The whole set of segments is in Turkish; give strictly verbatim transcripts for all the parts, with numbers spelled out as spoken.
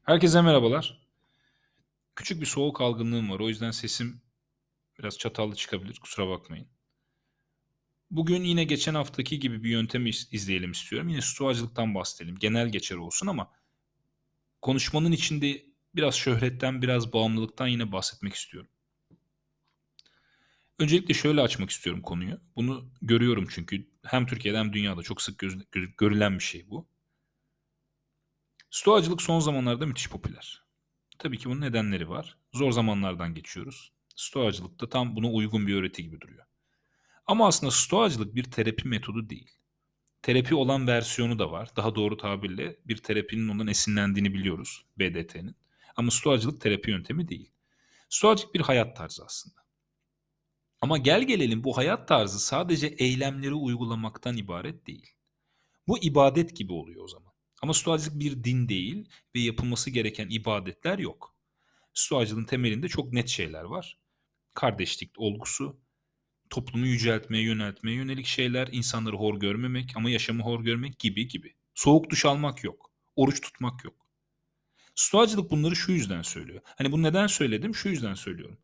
Herkese merhabalar. Küçük bir soğuk algınlığım var. O yüzden sesim biraz çatallı çıkabilir. Kusura bakmayın. Bugün yine geçen haftaki gibi bir yöntemi iz- izleyelim istiyorum. Yine stoğacılıktan bahsedelim. Genel geçer olsun ama konuşmanın içinde biraz şöhretten, biraz bağımlılıktan yine bahsetmek istiyorum. Öncelikle şöyle açmak istiyorum konuyu. Bunu görüyorum çünkü hem Türkiye'de hem dünyada çok sık göz- gö- görülen bir şey bu. Stoğacılık son zamanlarda müthiş popüler. Tabii ki bunun nedenleri var. Zor zamanlardan geçiyoruz. Stoacılık da tam buna uygun bir öğreti gibi duruyor. Ama aslında stoacılık bir terapi metodu değil. Terapi olan versiyonu da var. Daha doğru tabirle bir terapinin ondan esinlendiğini biliyoruz, B D T'nin. Ama stoacılık terapi yöntemi değil. Stoacılık bir hayat tarzı aslında. Ama gel gelelim bu hayat tarzı sadece eylemleri uygulamaktan ibaret değil. Bu ibadet gibi oluyor o zaman. Ama stoacılık bir din değil ve yapılması gereken ibadetler yok. Stoacılığın temelinde çok net şeyler var. Kardeşlik olgusu, toplumu yüceltmeye, yöneltmeye yönelik şeyler, insanları hor görmemek ama yaşamı hor görmek gibi gibi. Soğuk duş almak yok. Oruç tutmak yok. Stoacılık bunları şu yüzden söylüyor. Hani bunu neden söyledim? Şu yüzden söylüyorum.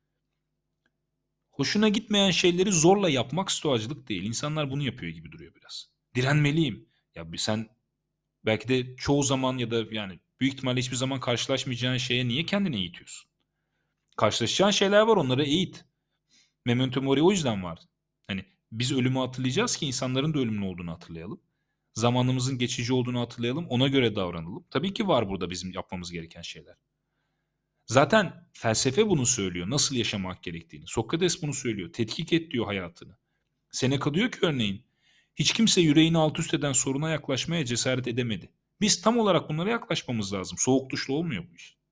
Hoşuna gitmeyen şeyleri zorla yapmak stoacılık değil. İnsanlar bunu yapıyor gibi duruyor biraz. Direnmeliyim. Ya bir sen belki de çoğu zaman ya da yani büyük ihtimalle hiçbir zaman karşılaşmayacağın şeye niye kendini eğitiyorsun? Karşılaşacağın şeyler var, onları eğit. Memento Mori o yüzden var. Hani biz ölümü hatırlayacağız ki insanların da ölümlü olduğunu hatırlayalım. Zamanımızın geçici olduğunu hatırlayalım, ona göre davranalım. Tabii ki var burada bizim yapmamız gereken şeyler. Zaten felsefe bunu söylüyor, nasıl yaşamak gerektiğini. Sokrates bunu söylüyor, tetkik et diyor hayatını. Seneca diyor ki örneğin, hiç kimse yüreğini alt üst eden soruna yaklaşmaya cesaret edemedi. Biz tam olarak bunlara yaklaşmamız lazım. Soğuk duşlu olmuyor bu iş.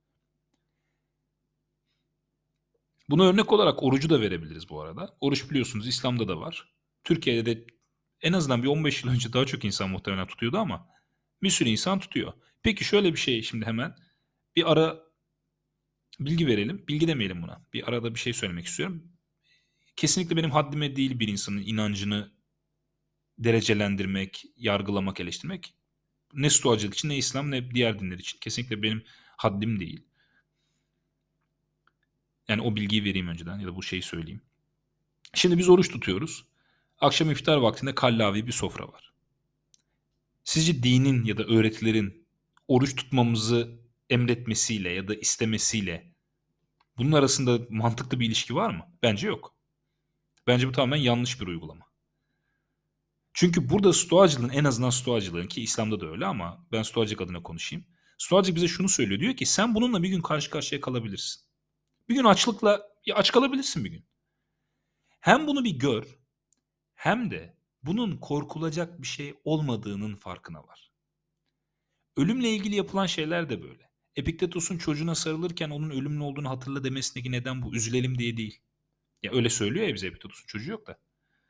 Buna örnek olarak orucu da verebiliriz bu arada. Oruç biliyorsunuz İslam'da da var. Türkiye'de de en azından bir on beş yıl önce daha çok insan muhtemelen tutuyordu ama bir sürü insan tutuyor. Peki şöyle bir şey şimdi hemen bir ara bilgi verelim. Bilgi demeyelim buna. Bir arada bir şey söylemek istiyorum. Kesinlikle benim haddime değil bir insanın inancını derecelendirmek, yargılamak, eleştirmek. Ne Stoacılık için ne İslam ne diğer dinler için. Kesinlikle benim haddim değil. Yani o bilgiyi vereyim önceden ya da bu şeyi söyleyeyim. Şimdi biz oruç tutuyoruz. Akşam iftar vaktinde kallavi bir sofra var. Sizce dinin ya da öğretilerin oruç tutmamızı emretmesiyle ya da istemesiyle bunun arasında mantıklı bir ilişki var mı? Bence yok. Bence bu tamamen yanlış bir uygulama. Çünkü burada Stoacılığın, en azından Stoacılığın, ki İslam'da da öyle ama ben Stoacılık adına konuşayım. Stoacılık bize şunu söylüyor. Diyor ki sen bununla bir gün karşı karşıya kalabilirsin. Bir gün açlıkla ya aç kalabilirsin bir gün. Hem bunu bir gör hem de bunun korkulacak bir şey olmadığının farkına var. Ölümle ilgili yapılan şeyler de böyle. Epiktetos'un çocuğuna sarılırken onun ölümlü olduğunu hatırla demesindeki neden bu. Üzülelim diye değil. Ya öyle söylüyor ya bize, Epiktetos'un çocuğu yok da.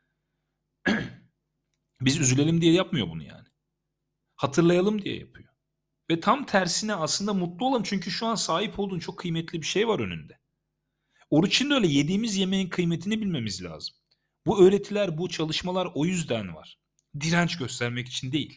Biz üzülelim diye yapmıyor bunu yani. Hatırlayalım diye yapıyor. Ve tam tersine aslında mutlu olalım çünkü şu an sahip olduğun çok kıymetli bir şey var önünde. Oruç için de öyle, yediğimiz yemeğin kıymetini bilmemiz lazım. Bu öğretiler, bu çalışmalar o yüzden var. Direnç göstermek için değil.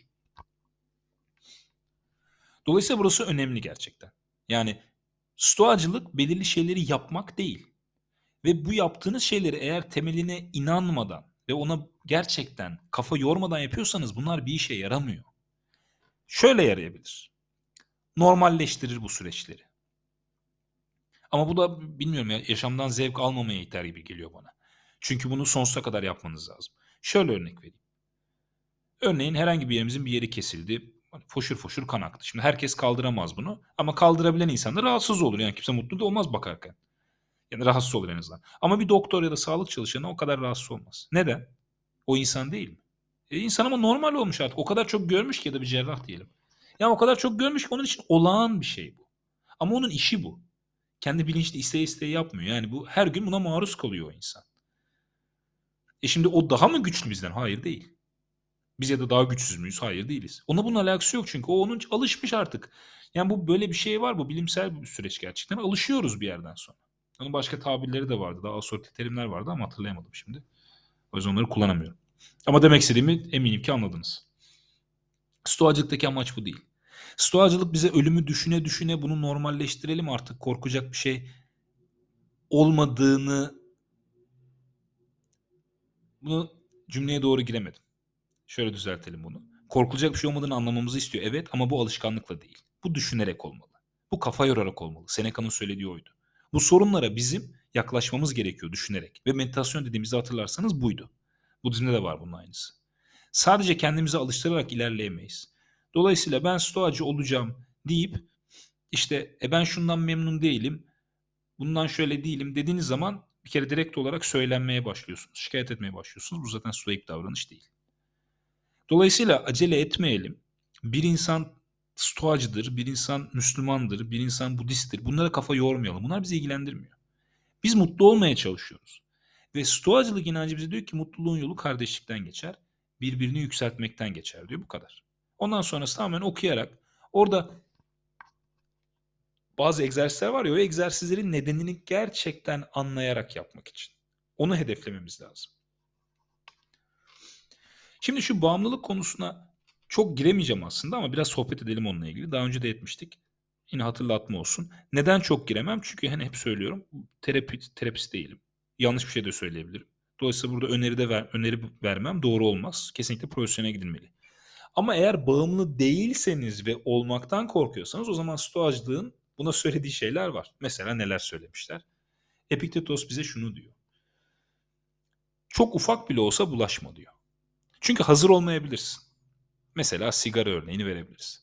Dolayısıyla burası önemli gerçekten. Yani stoacılık belirli şeyleri yapmak değil. Ve bu yaptığınız şeyleri eğer temeline inanmadan ve ona gerçekten kafa yormadan yapıyorsanız bunlar bir işe yaramıyor. Şöyle yarayabilir. Normalleştirir bu süreçleri. Ama bu da bilmiyorum ya, yaşamdan zevk almamaya iter gibi geliyor bana. Çünkü bunu sonsuza kadar yapmanız lazım. Şöyle örnek vereyim. Örneğin herhangi bir yerimizin bir yeri kesildi. Hani foşur foşur kan aktı. Şimdi herkes kaldıramaz bunu. Ama kaldırabilen insanlar rahatsız olur. Yani kimse mutlu da olmaz bakarken. Yani rahatsız olur en azından. Ama bir doktor ya da sağlık çalışanı o kadar rahatsız olmaz. Neden? O insan değil mi? E insan ama normal olmuş artık. O kadar çok görmüş ki, ya da bir cerrah diyelim. Ya o kadar çok görmüş ki onun için olağan bir şey bu. Ama onun işi bu. Kendi bilinçli isteye isteye yapmıyor. Yani bu her gün buna maruz kalıyor o insan. E şimdi o daha mı güçlü bizden? Hayır değil. Biz ya da daha güçsüz müyüz? Hayır değiliz. Ona bunun alakası yok çünkü o onun alışmış artık. Yani bu böyle bir şey var. Bu bilimsel bir süreç gerçekten. Alışıyoruz bir yerden sonra. Onun başka tabirleri de vardı. Daha asortik terimler vardı ama hatırlayamadım şimdi. O yüzden onları kullanamıyorum. Ama demek istediğimi eminim ki anladınız. Stoacılıktaki amaç bu değil. Stoacılık bize ölümü düşüne düşüne bunu normalleştirelim, artık korkacak bir şey olmadığını bunu cümleye doğru giremedim. Şöyle düzeltelim bunu. Korkulacak bir şey olmadığını anlamamızı istiyor. Evet, ama bu alışkanlıkla değil. Bu düşünerek olmalı. Bu kafa yorarak olmalı. Seneca'nın söylediği oydu. Bu sorunlara bizim yaklaşmamız gerekiyor düşünerek. Ve meditasyon dediğimizde hatırlarsanız buydu. Budizm'de de var bunun aynısı. Sadece kendimizi alıştırarak ilerleyemeyiz. Dolayısıyla ben stoacı olacağım deyip işte e ben şundan memnun değilim, bundan şöyle değilim dediğiniz zaman bir kere direkt olarak söylenmeye başlıyorsunuz. Şikayet etmeye başlıyorsunuz. Bu zaten stoik davranış değil. Dolayısıyla acele etmeyelim. Bir insan stoacıdır, bir insan Müslümandır, bir insan Budisttir. Bunlara kafa yormayalım. Bunlar bizi ilgilendirmiyor. Biz mutlu olmaya çalışıyoruz. Ve stoacılık inancı bize diyor ki mutluluğun yolu kardeşlikten geçer. Birbirini yükseltmekten geçer diyor. Bu kadar. Ondan sonrası tamamen okuyarak orada bazı egzersizler var ya, o egzersizlerin nedenini gerçekten anlayarak yapmak için. Onu hedeflememiz lazım. Şimdi şu bağımlılık konusuna çok giremeyeceğim aslında ama biraz sohbet edelim onunla ilgili. Daha önce de etmiştik. Yine hatırlatma olsun. Neden çok giremem? Çünkü hani hep söylüyorum, terapi, terapist değilim. Yanlış bir şey de söyleyebilirim. Dolayısıyla burada öneri de ver, öneri vermem doğru olmaz. Kesinlikle profesyonele gidilmeli. Ama eğer bağımlı değilseniz ve olmaktan korkuyorsanız o zaman stoacılığın buna söylediği şeyler var. Mesela neler söylemişler? Epiktetos bize şunu diyor. Çok ufak bile olsa bulaşma diyor. Çünkü hazır olmayabilirsin. Mesela sigara örneğini verebiliriz.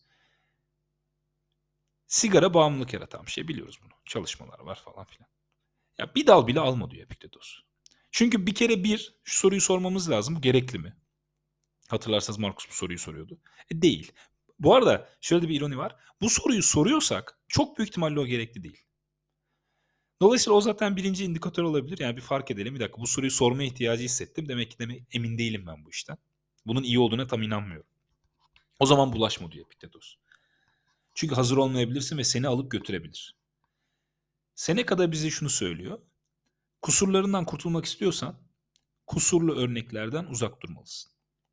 Sigara bağımlılık yaratan bir şey, biliyoruz bunu. Çalışmalar var falan filan. Ya bir dal bile alma diyor Epiktetos. Çünkü bir kere bir şu soruyu sormamız lazım. Bu gerekli mi? Hatırlarsanız Markus bu soruyu soruyordu. E, değil. Bu arada şöyle bir ironi var. Bu soruyu soruyorsak çok büyük ihtimalle o gerekli değil. Dolayısıyla o zaten birinci indikatör olabilir. Yani bir fark edelim. Bir dakika, bu soruyu sorma ihtiyacı hissettim. Demek ki demek, emin değilim ben bu işten. Bunun iyi olduğuna tam inanmıyorum. O zaman bulaşma diyor Epiktetos. Çünkü hazır olmayabilirsin ve seni alıp götürebilir. Seneca da bize şunu söylüyor. Kusurlarından kurtulmak istiyorsan kusurlu örneklerden uzak durmalısın.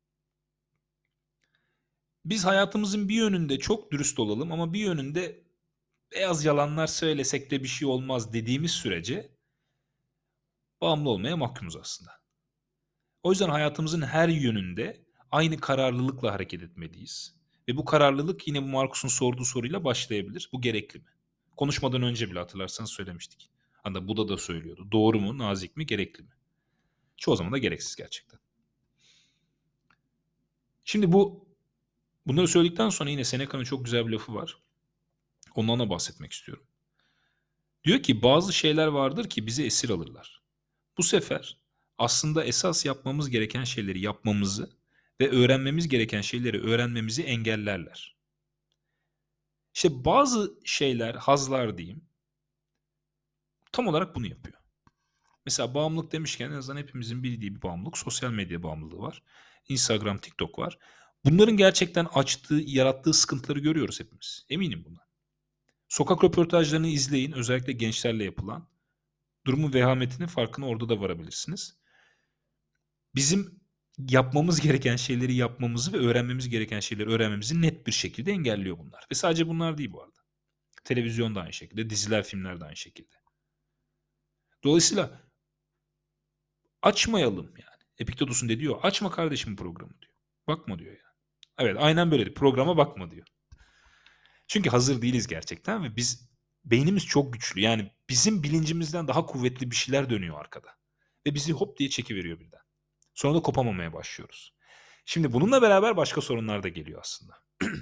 Biz hayatımızın bir yönünde çok dürüst olalım ama bir yönünde beyaz yalanlar söylesek de bir şey olmaz dediğimiz sürece bağımlı olmaya mahkumuz aslında. O yüzden hayatımızın her yönünde aynı kararlılıkla hareket etmeliyiz. Ve bu kararlılık yine bu Marcus'un sorduğu soruyla başlayabilir. Bu gerekli mi? Konuşmadan önce bile hatırlarsanız söylemiştik. Hatta Buda da söylüyordu. Doğru mu, nazik mi, gerekli mi? Çoğu zaman da gereksiz gerçekten. Şimdi bu bunları söyledikten sonra yine Seneca'nın çok güzel bir lafı var. Ondan da bahsetmek istiyorum. Diyor ki bazı şeyler vardır ki bizi esir alırlar. Bu sefer aslında esas yapmamız gereken şeyleri yapmamızı ve öğrenmemiz gereken şeyleri öğrenmemizi engellerler. İşte bazı şeyler, hazlar diyeyim, tam olarak bunu yapıyor. Mesela bağımlılık demişken en azından hepimizin bildiği bir bağımlılık, sosyal medya bağımlılığı var. Instagram, TikTok var. Bunların gerçekten açtığı, yarattığı sıkıntıları görüyoruz hepimiz. Eminim bundan. Sokak röportajlarını izleyin, özellikle gençlerle yapılan. Durumun vehametinin farkına orada da varabilirsiniz. Bizim yapmamız gereken şeyleri yapmamızı ve öğrenmemiz gereken şeyleri öğrenmemizi net bir şekilde engelliyor bunlar. Ve sadece bunlar değil bu arada. Televizyon da aynı şekilde, diziler, filmler de aynı şekilde. Dolayısıyla açmayalım yani. Epiktetos'un dediği o. Açma kardeşim programı diyor. Bakma diyor yani. Evet, aynen böyle. Programa bakma diyor. Çünkü hazır değiliz gerçekten ve biz beynimiz çok güçlü. Yani bizim bilincimizden daha kuvvetli bir şeyler dönüyor arkada. Ve bizi hop diye çekiveriyor birden. Sonra da kopamamaya başlıyoruz. Şimdi bununla beraber başka sorunlar da geliyor aslında.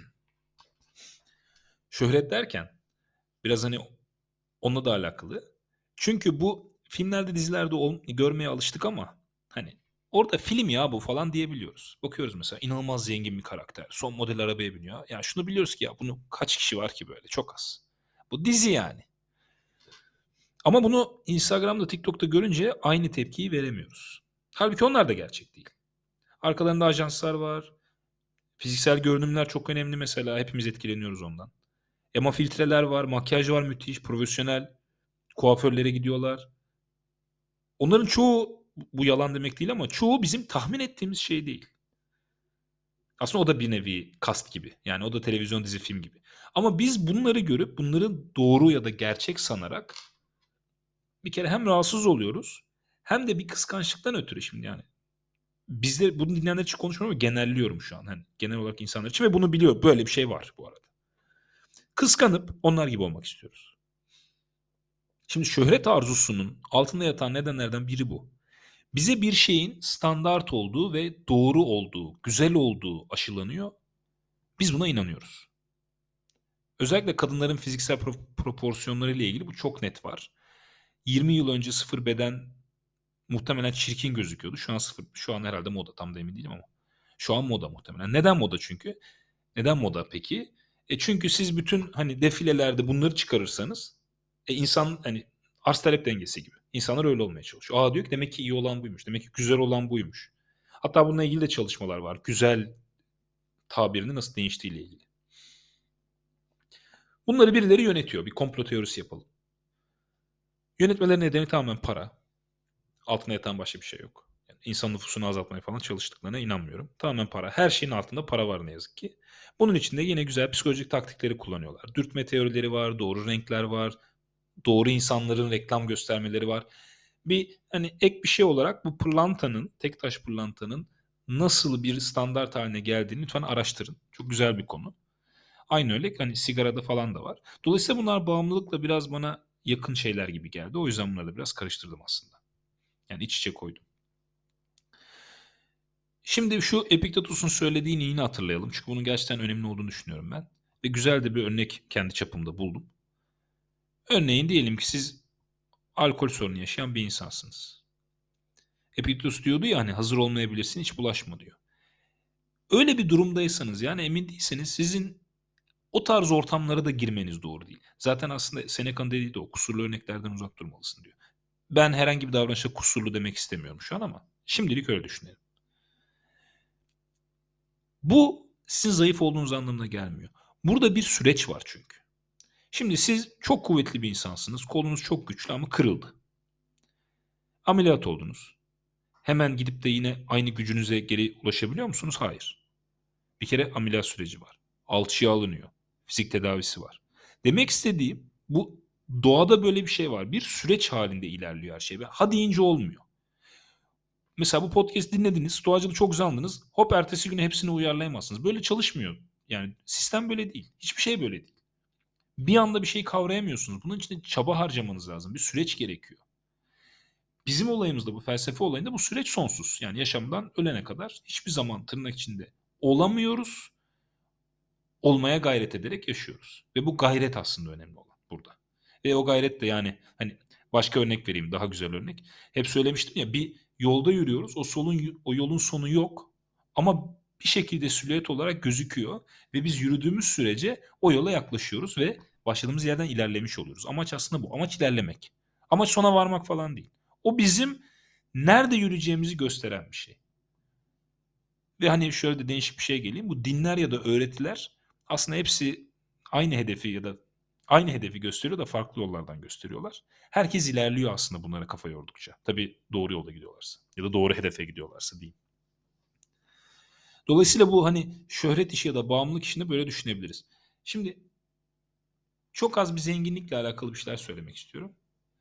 Şöhret derken biraz hani onunla da alakalı. Çünkü bu filmlerde, dizilerde ol- görmeye alıştık ama hani orada film ya bu falan diyebiliyoruz. Bakıyoruz mesela inanılmaz zengin bir karakter. Son model arabaya biniyor. Yani şunu biliyoruz ki ya bunu kaç kişi var ki böyle? Çok az. Bu dizi yani. Ama bunu Instagram'da, TikTok'ta görünce aynı tepkiyi veremiyoruz. Halbuki onlar da gerçek değil. Arkalarında ajanslar var. Fiziksel görünümler çok önemli mesela. Hepimiz etkileniyoruz ondan. Ama filtreler var, makyaj var müthiş, profesyonel. Kuaförlere gidiyorlar. Onların çoğu, bu yalan demek değil ama çoğu bizim tahmin ettiğimiz şey değil. Aslında o da bir nevi kast gibi. Yani o da televizyon, dizi, film gibi. Ama biz bunları görüp bunları doğru ya da gerçek sanarak bir kere hem rahatsız oluyoruz hem de bir kıskançlıktan ötürü şimdi yani. Bizde bunu dinleyenler için konuşmuyorum ama genelliyorum şu an. Hani genel olarak insanlar için ve bunu biliyor. Böyle bir şey var bu arada. Kıskanıp onlar gibi olmak istiyoruz. Şimdi şöhret arzusunun altında yatan nedenlerden biri bu. Bize bir şeyin standart olduğu ve doğru olduğu, güzel olduğu aşılanıyor. Biz buna inanıyoruz. Özellikle kadınların fiziksel pro- proporsiyonları ile ilgili bu çok net var. yirmi yıl önce sıfır beden muhtemelen çirkin gözüküyordu. Şu an sıfır, şu an herhalde moda, tam da emin değilim ama. Şu an moda muhtemelen. Neden moda çünkü? Neden moda peki? E çünkü siz bütün hani defilelerde bunları çıkarırsanız e insan hani arz talep dengesi gibi. İnsanlar öyle olmaya çalışıyor. Aa diyor ki demek ki iyi olan buymuş. Demek ki güzel olan buymuş. Hatta bununla ilgili de çalışmalar var. Güzel tabirini nasıl değiştiğiyle ilgili. Bunları birileri yönetiyor. Bir komplo teorisi yapalım. Yönetmeleri nedeni tamamen para. Altında yatan başka bir şey yok. Yani insan nüfusunu azaltmaya falan çalıştıklarına inanmıyorum. Tamamen para. Her şeyin altında para var ne yazık ki. Bunun için de yine güzel psikolojik taktikleri kullanıyorlar. Dürtme teorileri var, doğru renkler var, doğru insanların reklam göstermeleri var. Bir hani ek bir şey olarak bu pırlantanın, tek taş pırlantanın nasıl bir standart haline geldiğini lütfen araştırın. Çok güzel bir konu. Aynı öyle hani sigarada falan da var. Dolayısıyla bunlar bağımlılıkla biraz bana yakın şeyler gibi geldi. O yüzden bunları da biraz karıştırdım aslında. Yani iç içe koydum. Şimdi şu Epiktetus'un söylediğini yine hatırlayalım. Çünkü bunun gerçekten önemli olduğunu düşünüyorum ben. Ve güzel de bir örnek kendi çapımda buldum. Örneğin diyelim ki siz alkol sorunu yaşayan bir insansınız. Epiktetus diyordu ya hani hazır olmayabilirsin hiç bulaşma diyor. Öyle bir durumdaysanız yani emin değilseniz sizin o tarz ortamlara da girmeniz doğru değil. Zaten aslında Seneca'nın dediği de o kusurlu örneklerden uzak durmalısın diyor. Ben herhangi bir davranışa kusurlu demek istemiyorum şu an ama şimdilik öyle düşünelim. Bu sizin zayıf olduğunuz anlamına gelmiyor. Burada bir süreç var çünkü. Şimdi siz çok kuvvetli bir insansınız. Kolunuz çok güçlü ama kırıldı. Ameliyat oldunuz. Hemen gidip de yine aynı gücünüze geri ulaşabiliyor musunuz? Hayır. Bir kere ameliyat süreci var. Alçıya alınıyor. Fizik tedavisi var. Demek istediğim bu doğada böyle bir şey var. Bir süreç halinde ilerliyor her şey. Ve ha deyince olmuyor. Mesela bu podcast dinlediniz. Stoacılığı çok güzel anladınız. Hop ertesi güne hepsini uyarlayamazsınız. Böyle çalışmıyor. Yani sistem böyle değil. Hiçbir şey böyle değil. Bir anda bir şey kavrayamıyorsunuz. Bunun için de çaba harcamanız lazım. Bir süreç gerekiyor. Bizim olayımızda bu felsefe olayında bu süreç sonsuz. Yani yaşamdan ölene kadar hiçbir zaman tırnak içinde olamıyoruz. Olmaya gayret ederek yaşıyoruz. Ve bu gayret aslında önemli olan burada. Ve o gayret de yani hani başka örnek vereyim daha güzel örnek. Hep söylemiştim ya bir yolda yürüyoruz. O solun o yolun sonu yok. Ama bir şekilde silüet olarak gözüküyor ve biz yürüdüğümüz sürece o yola yaklaşıyoruz ve başladığımız yerden ilerlemiş oluyoruz. Amaç aslında bu. Amaç ilerlemek. Amaç sona varmak falan değil. O bizim nerede yürüyeceğimizi gösteren bir şey. Ve hani şöyle de değişik bir şey geleyim. Bu dinler ya da öğretiler aslında hepsi aynı hedefi ya da aynı hedefi gösteriyor da farklı yollardan gösteriyorlar. Herkes ilerliyor aslında bunlara kafa yordukça. Tabii doğru yolda gidiyorlarsa ya da doğru hedefe gidiyorlarsa diyeyim. Dolayısıyla bu hani şöhret işi ya da bağımlılık işini böyle düşünebiliriz. Şimdi çok az bir zenginlikle alakalı bir şeyler söylemek istiyorum.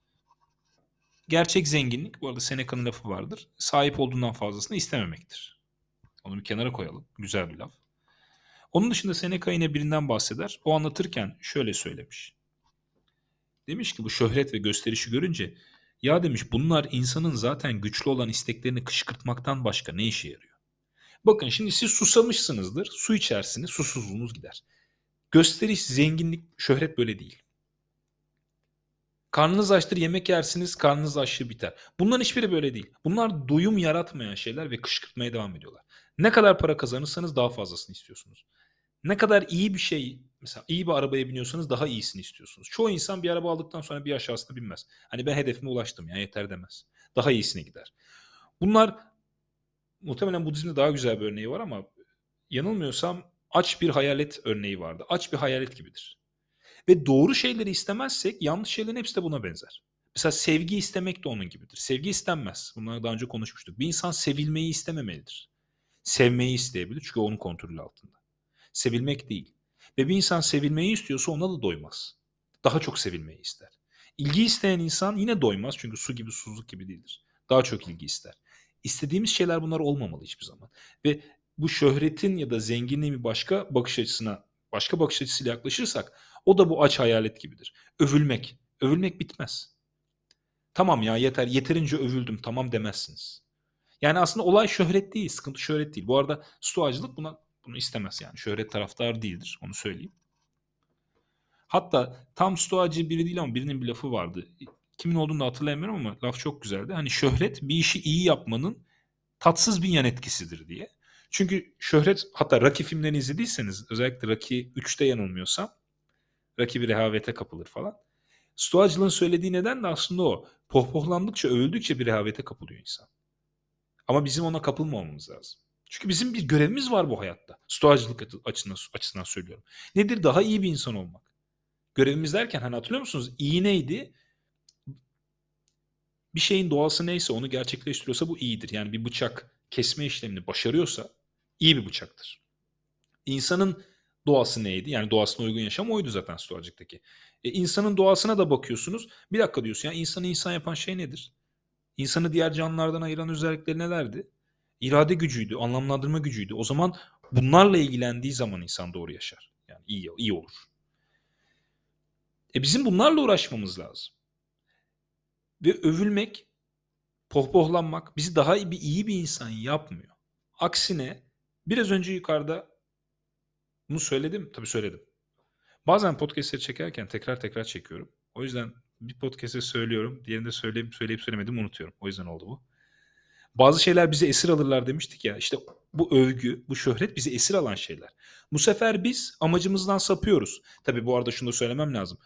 Gerçek zenginlik, bu arada Seneca'nın lafı vardır. Sahip olduğundan fazlasını istememektir. Onu bir kenara koyalım. Güzel bir laf. Onun dışında Seneca yine birinden bahseder. O anlatırken şöyle söylemiş. Demiş ki bu şöhret ve gösterişi görünce ya demiş bunlar insanın zaten güçlü olan isteklerini kışkırtmaktan başka ne işe yarıyor? Bakın şimdi siz susamışsınızdır. Su içersiniz, susuzluğunuz gider. Gösteriş, zenginlik, şöhret böyle değil. Karnınız açtır, yemek yersiniz, karnınız açlığı biter. Bunların hiçbiri böyle değil. Bunlar doyum yaratmayan şeyler ve kışkırtmaya devam ediyorlar. Ne kadar para kazanırsanız daha fazlasını istiyorsunuz. Ne kadar iyi bir şey, mesela iyi bir arabaya biniyorsanız daha iyisini istiyorsunuz. Çoğu insan bir araba aldıktan sonra bir aşağısına binmez. Hani ben hedefime ulaştım ya yeter demez. Daha iyisine gider. Bunlar muhtemelen Budizm'de daha güzel bir örneği var ama yanılmıyorsam aç bir hayalet örneği vardı. Aç bir hayalet gibidir. Ve doğru şeyleri istemezsek yanlış şeylerin hepsi de buna benzer. Mesela sevgi istemek de onun gibidir. Sevgi istenmez. Bunları daha önce konuşmuştuk. Bir insan sevilmeyi istememelidir. Sevmeyi isteyebilir çünkü onun kontrolü altında. Sevilmek değil. Ve bir insan sevilmeyi istiyorsa ona da doymaz. Daha çok sevilmeyi ister. İlgi isteyen insan yine doymaz çünkü su gibi susuzluk gibi değildir. Daha çok ilgi ister. İstediğimiz şeyler bunlar olmamalı hiçbir zaman. Ve bu şöhretin ya da zenginliğin bir başka bakış açısına, başka bakış açısıyla yaklaşırsak o da bu aç hayalet gibidir. Övülmek. Övülmek bitmez. Tamam ya yeter, yeterince övüldüm tamam demezsiniz. Yani aslında olay şöhret değil, sıkıntı şöhret değil. Bu arada stoacılık buna bunu istemez yani. Şöhret taraftarı değildir, onu söyleyeyim. Hatta tam stoacı biri değil ama birinin bir lafı vardı. Kimin olduğunu da hatırlayamıyorum ama laf çok güzeldi. Hani şöhret bir işi iyi yapmanın tatsız bir yan etkisidir diye. Çünkü şöhret, hatta Rocky filmlerini izlediyseniz özellikle Rocky üçte yanılmıyorsam Rocky bir rehavete kapılır falan. Stoacılığın söylediği neden de aslında o. Pohpohlandıkça, övüldükçe bir rehavete kapılıyor insan. Ama bizim ona kapılmamamız lazım. Çünkü bizim bir görevimiz var bu hayatta. Stoacılık açısından, açısından söylüyorum. Nedir? Daha iyi bir insan olmak. Görevimiz derken hani hatırlıyor musunuz? İyi neydi? Bir şeyin doğası neyse onu gerçekleştiriyorsa bu iyidir. Yani bir bıçak kesme işlemini başarıyorsa iyi bir bıçaktır. İnsanın doğası neydi? Yani doğasına uygun yaşam oydu zaten stoacılıktaki. E, insanın doğasına da bakıyorsunuz. Bir dakika diyorsun ya, insanı insan yapan şey nedir? İnsanı diğer canlılardan ayıran özellikleri nelerdi? İrade gücüydü, anlamlandırma gücüydü. O zaman bunlarla ilgilendiği zaman insan doğru yaşar. Yani iyi, iyi olur. E bizim bunlarla uğraşmamız lazım. Ve övülmek, pohpohlanmak bizi daha iyi bir, iyi bir insan yapmıyor. Aksine biraz önce yukarıda bunu söyledim, tabii söyledim. Bazen podcastleri çekerken tekrar tekrar çekiyorum. O yüzden bir podcast'e söylüyorum, diğerinde söyleyip söyleyip söylemedim unutuyorum. O yüzden oldu bu. Bazı şeyler bizi esir alırlar demiştik ya. İşte bu övgü, bu şöhret bizi esir alan şeyler. Bu sefer biz amacımızdan sapıyoruz. Tabii bu arada şunu da söylemem lazım.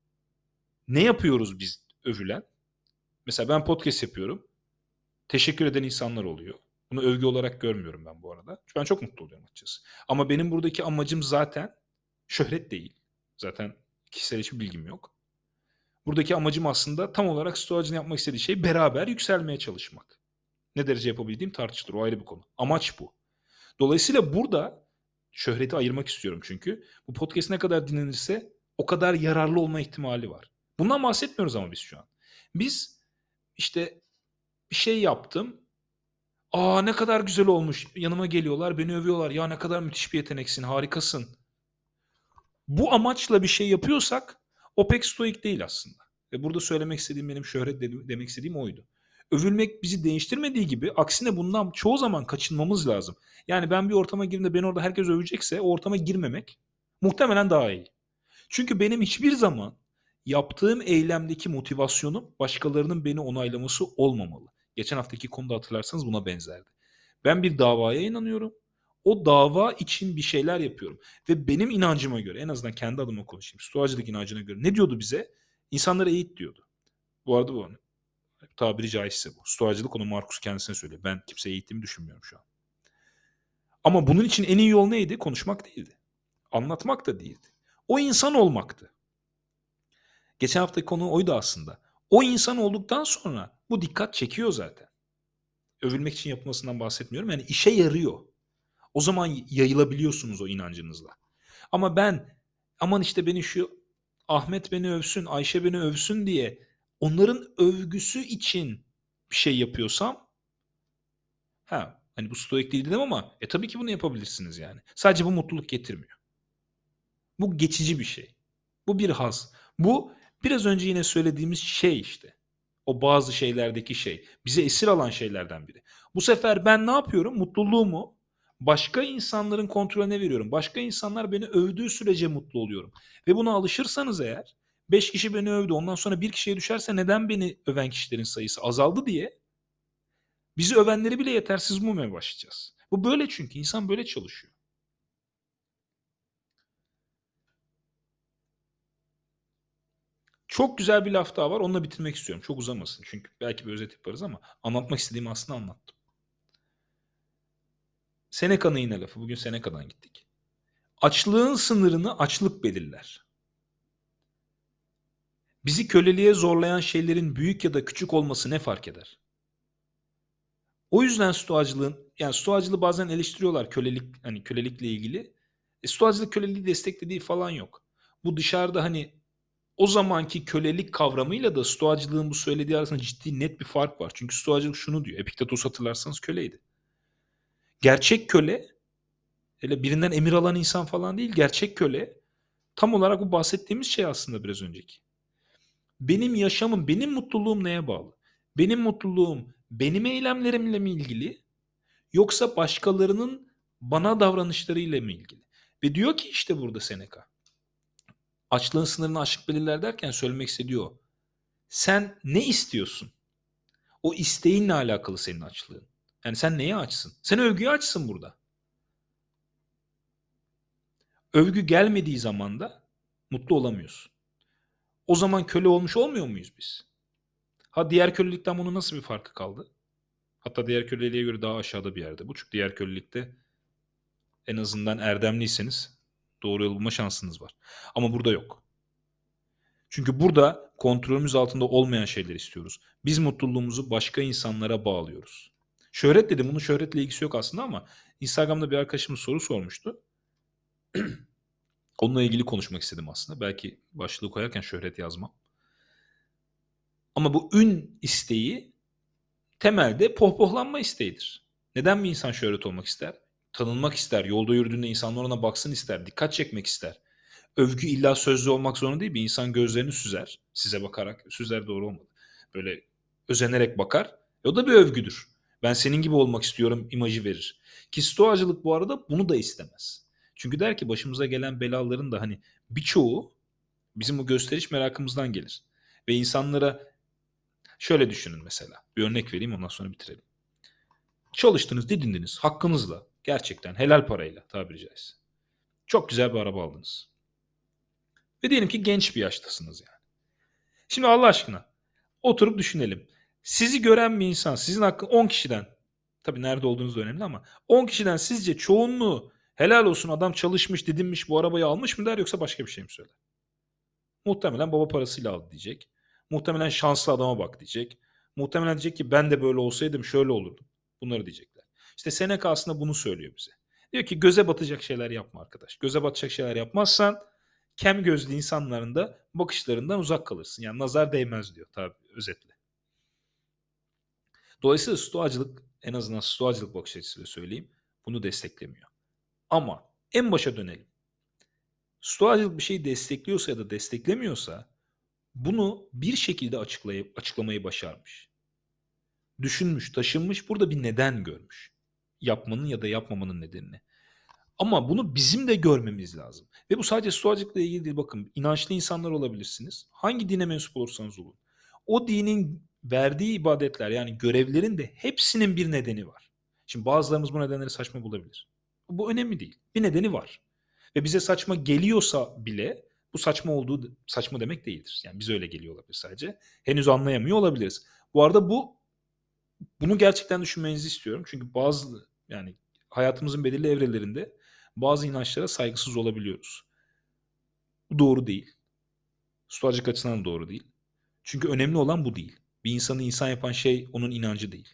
Ne yapıyoruz biz övülen? Mesela ben podcast yapıyorum. Teşekkür eden insanlar oluyor. Bunu övgü olarak görmüyorum ben bu arada. Çünkü ben çok mutlu oluyorum açıkçası. Ama benim buradaki amacım zaten şöhret değil. Zaten kişisel hiçbir bilgim yok. Buradaki amacım aslında tam olarak Stoacı'nın yapmak istediği şey beraber yükselmeye çalışmak. Ne derece yapabildiğim tartışılır. O ayrı bir konu. Amaç bu. Dolayısıyla burada şöhreti ayırmak istiyorum çünkü. Bu podcast ne kadar dinlenirse o kadar yararlı olma ihtimali var. Bundan bahsetmiyoruz ama biz şu an. Biz işte bir şey yaptım. Aa ne kadar güzel olmuş. Yanıma geliyorlar, beni övüyorlar. Ya ne kadar müthiş bir yeteneksin, harikasın. Bu amaçla bir şey yapıyorsak o pek stoik değil aslında. Ve burada söylemek istediğim, benim şöhret demek istediğim oydu. Övülmek bizi değiştirmediği gibi aksine bundan çoğu zaman kaçınmamız lazım. Yani ben bir ortama girdiğimde beni orada herkes övecekse o ortama girmemek muhtemelen daha iyi. Çünkü benim hiçbir zaman yaptığım eylemdeki motivasyonum başkalarının beni onaylaması olmamalı. Geçen haftaki konuda hatırlarsanız buna benzerdi. Ben bir davaya inanıyorum. O dava için bir şeyler yapıyorum. Ve benim inancıma göre, en azından kendi adıma konuşayım, Stoacılık inancına göre ne diyordu bize? İnsanları eğit diyordu. Bu arada bu tabiri caizse bu. Stoacılık onu Markus kendisine söylüyor. Ben kimseyi eğittiğimi düşünmüyorum şu an. Ama bunun için en iyi yol neydi? Konuşmak değildi. Anlatmak da değildi. O insan olmaktı. Geçen haftaki konu oydu aslında. O insan olduktan sonra bu dikkat çekiyor zaten. Övülmek için yapılmasından bahsetmiyorum. Yani işe yarıyor. O zaman yayılabiliyorsunuz o inancınızla. Ama ben aman işte beni şu Ahmet beni övsün, Ayşe beni övsün diye onların övgüsü için bir şey yapıyorsam, ha hani bu stoik değil dedim ama e tabii ki bunu yapabilirsiniz yani. Sadece bu mutluluk getirmiyor. Bu geçici bir şey. Bu bir haz. Bu biraz önce yine söylediğimiz şey işte. O bazı şeylerdeki şey. Bizi esir alan şeylerden biri. Bu sefer ben ne yapıyorum? Mutluluğumu başka insanların kontrolüne veriyorum. Başka insanlar beni övdüğü sürece mutlu oluyorum. Ve buna alışırsanız eğer, beş kişi beni övdü, ondan sonra bir kişiye düşerse neden beni öven kişilerin sayısı azaldı diye bizi övenleri bile yetersiz bulmaya başlayacağız. Bu böyle, çünkü insan böyle çalışıyor. Çok güzel bir laf daha var. Onunla bitirmek istiyorum. Çok uzamasın. Çünkü belki bir özet yaparız ama anlatmak istediğimi aslında anlattım. Seneca'nın yine lafı. Bugün Seneca'dan gittik. Açlığın sınırını açlık belirler. Bizi köleliğe zorlayan şeylerin büyük ya da küçük olması ne fark eder? O yüzden Stoacılığın yani Stoacılığı bazen eleştiriyorlar kölelik hani kölelikle ilgili. E, Stoacılık köleliği desteklediği falan yok. Bu dışarıda hani o zamanki kölelik kavramıyla da Stoacılığın bu söylediği arasında ciddi net bir fark var. Çünkü Stoacılık şunu diyor. Epiktetos hatırlarsanız köleydi. Gerçek köle, hele birinden emir alan insan falan değil, gerçek köle tam olarak bu bahsettiğimiz şey aslında biraz önceki. Benim yaşamım, benim mutluluğum neye bağlı? Benim mutluluğum benim eylemlerimle mi ilgili yoksa başkalarının bana davranışlarıyla mı ilgili? Ve diyor ki işte burada Seneca. Açlığın sınırını açlık belirler derken söylemek istediği o. Sen ne istiyorsun? O isteğinle alakalı senin açlığın. Yani sen neye açsın? Sen övgüye açsın burada. Övgü gelmediği zaman da mutlu olamıyorsun. O zaman köle olmuş olmuyor muyuz biz? Ha diğer kölelikten bunun nasıl bir farkı kaldı? Hatta diğer köleliğe göre daha aşağıda bir yerde bu. Çünkü diğer kölelikte en azından erdemliyseniz doğru yol bulma şansınız var. Ama burada yok. Çünkü burada kontrolümüz altında olmayan şeyler istiyoruz. Biz mutluluğumuzu başka insanlara bağlıyoruz. Şöhret dedim. Bunun şöhretle ilgisi yok aslında ama Instagram'da bir arkadaşımız soru sormuştu. Onunla ilgili konuşmak istedim aslında. Belki başlığı koyarken şöhret yazmam. Ama bu ün isteği temelde pohpohlanma isteğidir. Neden bir insan şöhret olmak ister? Tanınmak ister. Yolda yürüdüğünde insanlar ona baksın ister. Dikkat çekmek ister. Övgü illa sözlü olmak zorunda değil. Bir insan gözlerini süzer. Size bakarak. Süzer doğru olmadı. Böyle özenerek bakar. E o da bir övgüdür. Ben senin gibi olmak istiyorum imajı verir. Ki stoacılık bu arada bunu da istemez. Çünkü der ki başımıza gelen belaların da hani birçoğu bizim bu gösteriş merakımızdan gelir. Ve insanlara şöyle düşünün mesela. Bir örnek vereyim ondan sonra bitirelim. Çalıştınız, didindiniz hakkınızla. Gerçekten helal parayla tabiri caizse. Çok güzel bir araba aldınız. Ve diyelim ki genç bir yaştasınız yani. Şimdi Allah aşkına oturup düşünelim. Sizi gören bir insan, sizin hakkı on kişiden, tabii nerede olduğunuz da önemli ama on kişiden sizce çoğunluğu helal olsun adam çalışmış, didinmiş bu arabayı almış mı der yoksa başka bir şey mi söyler? Muhtemelen baba parasıyla aldı diyecek. Muhtemelen şanslı adama bak diyecek. Muhtemelen diyecek ki ben de böyle olsaydım şöyle olurdum. Bunları diyecekler. İşte Seneca aslında bunu söylüyor bize. Diyor ki göze batacak şeyler yapma arkadaş. Göze batacak şeyler yapmazsan kem gözlü insanların da bakışlarından uzak kalırsın. Yani nazar değmez diyor tabii özetle. Dolayısıyla stoacılık en azından stoacılık bakış açısıyla söyleyeyim bunu desteklemiyor. Ama en başa dönelim. Stoacılık bir şeyi destekliyorsa ya da desteklemiyorsa bunu bir şekilde açıklayıp açıklamayı başarmış. Düşünmüş, taşınmış, burada bir neden görmüş. Yapmanın ya da yapmamanın nedenini. Ama bunu bizim de görmemiz lazım. Ve bu sadece stoacılıkla ilgili değil. Bakın inançlı insanlar olabilirsiniz. Hangi dine mensup olursanız olun. O dinin verdiği ibadetler yani görevlerin de hepsinin bir nedeni var. Şimdi bazılarımız bu nedenleri saçma bulabilir. Bu önemli değil. Bir nedeni var. Ve bize saçma geliyorsa bile bu saçma olduğu saçma demek değildir. Yani bize öyle geliyor olabilir sadece. Henüz anlayamıyor olabiliriz. Bu arada bu bunu gerçekten düşünmenizi istiyorum. Çünkü bazı yani hayatımızın belirli evrelerinde bazı inançlara saygısız olabiliyoruz. Bu doğru değil. Stoacılık açısından da doğru değil. Çünkü önemli olan bu değil. Bir insanı insan yapan şey onun inancı değil.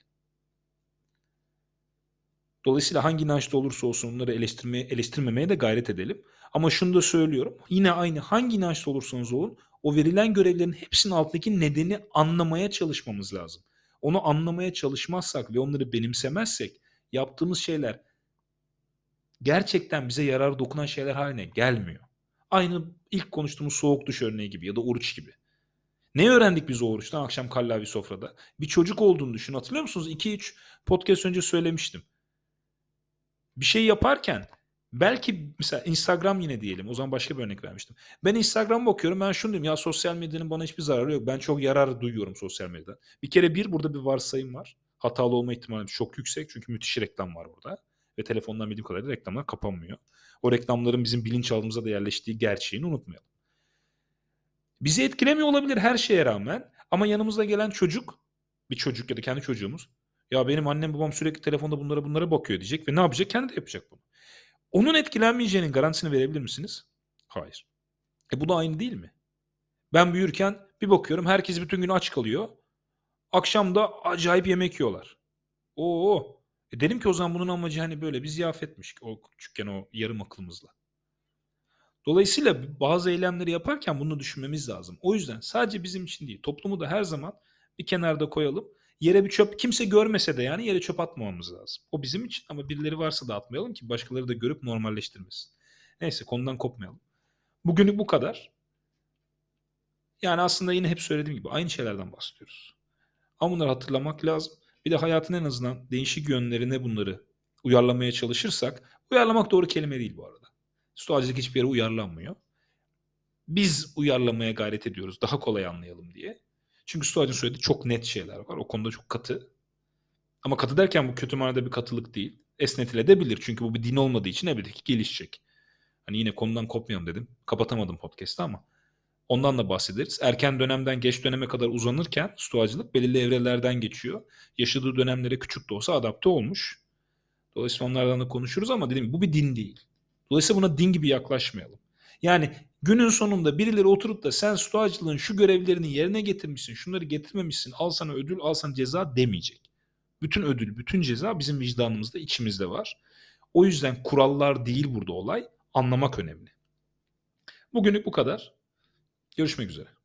Dolayısıyla hangi inançta olursa olsun onları eleştirmeye, eleştirmemeye de gayret edelim. Ama şunu da söylüyorum. Yine aynı hangi inançta olursanız olun o verilen görevlerin hepsinin altındaki nedeni anlamaya çalışmamız lazım. Onu anlamaya çalışmazsak ve onları benimsemezsek yaptığımız şeyler gerçekten bize yarar dokunan şeyler haline gelmiyor. Aynı ilk konuştuğumuz soğuk duş örneği gibi ya da oruç gibi. Ne öğrendik biz o oruçtan akşam kallavi sofrada? Bir çocuk olduğunu düşün. Hatırlıyor musunuz? iki üç podcast önce söylemiştim. Bir şey yaparken belki mesela Instagram yine diyelim. O zaman başka bir örnek vermiştim. Ben Instagram bakıyorum. Ben şunu diyorum. Ya sosyal medyanın bana hiçbir zararı yok. Ben çok yarar duyuyorum sosyal medyadan. Bir kere bir burada bir varsayım var. Hatalı olma ihtimali çok yüksek. Çünkü müthiş reklam var burada. Ve telefondan bildiğim kadarıyla reklamlar kapanmıyor. O reklamların bizim bilinçaltımıza da yerleştiği gerçeğini unutmayalım. Bizi etkilemiyor olabilir her şeye rağmen. Ama yanımızda gelen çocuk, bir çocuk ya da kendi çocuğumuz, ya benim annem babam sürekli telefonda bunlara bunlara bakıyor diyecek ve ne yapacak? Kendi de yapacak bunu. Onun etkilenmeyeceğinin garantisini verebilir misiniz? Hayır. E bu da aynı değil mi? Ben büyürken bir bakıyorum herkes bütün gün aç kalıyor. Akşam da acayip yemek yiyorlar. Oo. E dedim ki o zaman bunun amacı hani böyle bir ziyafetmiş o küçükken o yarım aklımızla. Dolayısıyla bazı eylemleri yaparken bunu düşünmemiz lazım. O yüzden sadece bizim için değil, toplumu da her zaman bir kenarda koyalım. Yere bir çöp kimse görmese de yani yere çöp atmamamız lazım. O bizim için ama birileri varsa da atmayalım ki başkaları da görüp normalleştirmesin. Neyse konudan kopmayalım. Bugünlük bu kadar. Yani aslında yine hep söylediğim gibi aynı şeylerden bahsediyoruz. Ama bunları hatırlamak lazım. Bir de hayatın en azından değişik yönlerine bunları uyarlamaya çalışırsak, uyarlamak doğru kelime değil bu arada. Stoacılık hiçbir yere uyarlanmıyor. Biz uyarlamaya gayret ediyoruz daha kolay anlayalım diye. Çünkü Stoacı'nın söylediği çok net şeyler var. O konuda çok katı. Ama katı derken bu kötü manada bir katılık değil. Esnetilebilir çünkü bu bir din olmadığı için elbette ki gelişecek. Hani yine konudan kopmayalım dedim. Kapatamadım podcast'ı ama ondan da bahsederiz. Erken dönemden geç döneme kadar uzanırken Stoacılık belirli evrelerden geçiyor. Yaşadığı dönemlere küçük de olsa adapte olmuş. Dolayısıyla onlardan da konuşuruz ama dediğim gibi bu bir din değil. Dolayısıyla buna din gibi yaklaşmayalım. Yani günün sonunda birileri oturup da sen stoacılığın şu görevlerini yerine getirmişsin, şunları getirmemişsin, al sana ödül, al sana ceza demeyecek. Bütün ödül, bütün ceza bizim vicdanımızda, içimizde var. O yüzden kurallar değil burada olay, anlamak önemli. Bugünlük bu kadar. Görüşmek üzere.